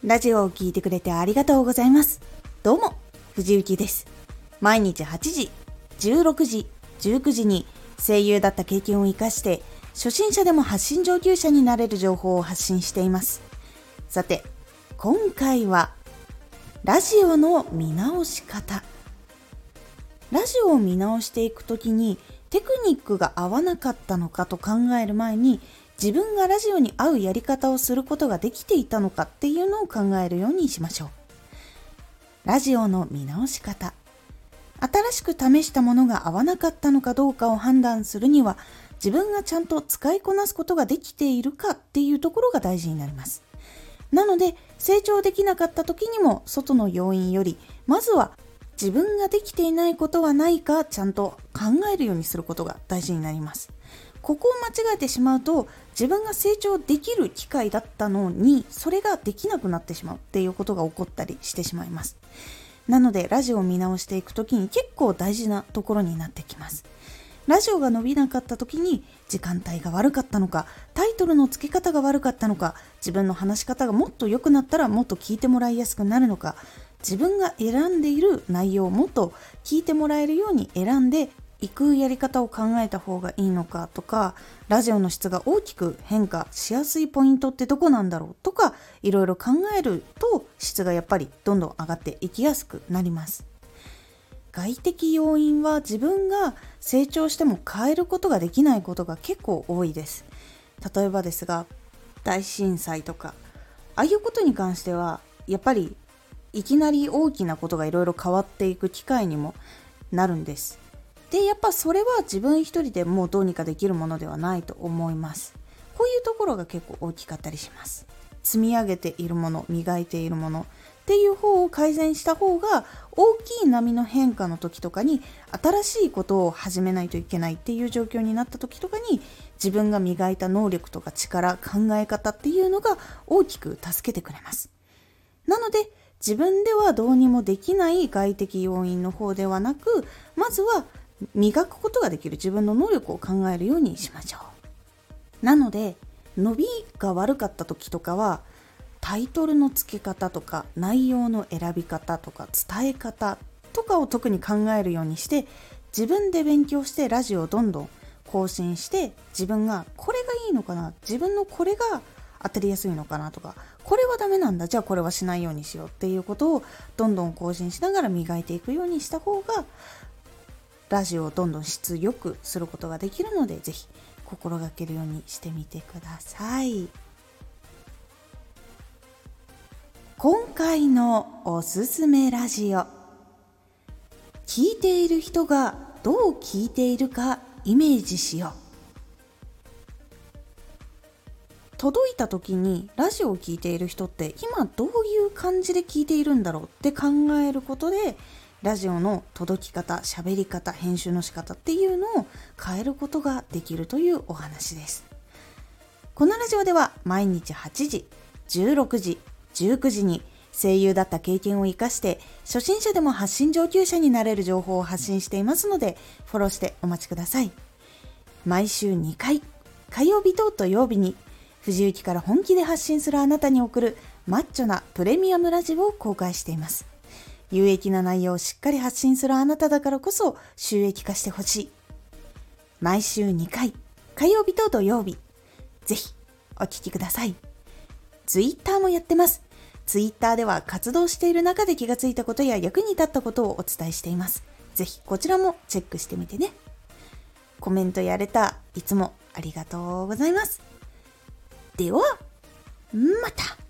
ラジオを聞いてくれてありがとうございます。どうも、藤幸です。毎日8時、16時、19時に声優だった経験を生かして初心者でも発信上級者になれる情報を発信しています。さて、今回はラジオの見直し方。ラジオを見直していくときにテクニックが合わなかったのかと考える前に、自分がラジオに合うやり方をすることができていたのかっていうのを考えるようにしましょう。ラジオの見直し方。新しく試したものが合わなかったのかどうかを判断するには、自分がちゃんと使いこなすことができているかっていうところが大事になります。なので、成長できなかった時にも外の要因より、まずは自分ができていないことはないかちゃんと考えるようにすることが大事になります。ここを間違えてしまうと、自分が成長できる機会だったのにそれができなくなってしまうっていうことが起こったりしてしまいます。なのでラジオを見直していくときに結構大事なところになってきます。ラジオが伸びなかった時に時間帯が悪かったのか、タイトルの付け方が悪かったのか、自分の話し方がもっと良くなったらもっと聞いてもらいやすくなるのか、自分が選んでいる内容をもっと聞いてもらえるように選んで行くやり方を考えた方がいいのかとか、ラジオの質が大きく変化しやすいポイントってどこなんだろうとか、いろいろ考えると質がやっぱりどんどん上がっていきやすくなります。外的要因は自分が成長しても変えることができないことが結構多いです。例えばですが、大震災とかああいうことに関してはやっぱりいきなり大きなことがいろいろ変わっていく機会にもなるんです。で、やっぱそれは自分一人でもうどうにかできるものではないと思います。こういうところが結構大きかったりします。積み上げているもの、磨いているものっていう方を改善した方が、大きい波の変化の時とかに新しいことを始めないといけないっていう状況になった時とかに、自分が磨いた能力とか力、考え方っていうのが大きく助けてくれます。なので自分ではどうにもできない外的要因の方ではなく、まずは磨くことができる自分の能力を考えるようにしましょう。なので、伸びが悪かった時とかは、タイトルの付け方とか内容の選び方とか伝え方とかを特に考えるようにして、自分で勉強してラジオをどんどん更新して、自分がこれがいいのかな、自分のこれが当たりやすいのかなとか、これはダメなんだ、じゃあこれはしないようにしようっていうことをどんどん更新しながら磨いていくようにした方が、ラジオをどんどん質よくすることができるので、ぜひ心がけるようにしてみてください。今回のおすすめラジオ。聞いている人がどう聞いているかイメージしよう。届いた時にラジオを聞いている人って今どういう感じで聞いているんだろうって考えることで、ラジオの届き方、喋り方、編集の仕方っていうのを変えることができるというお話です。このラジオでは毎日8時、16時、19時に声優だった経験を生かして初心者でも発信上級者になれる情報を発信していますので、フォローしてお待ちください。毎週2回、火曜日と土曜日に藤幸から本気で発信するあなたに送るマッチョなプレミアムラジオを公開しています。有益な内容をしっかり発信するあなただからこそ収益化してほしい。毎週2回、火曜日と土曜日、ぜひお聞きください。ツイッターもやってます。ツイッターでは活動している中で気がついたことや役に立ったことをお伝えしています。ぜひこちらもチェックしてみてね。コメントやレターいつもありがとうございます。では、また。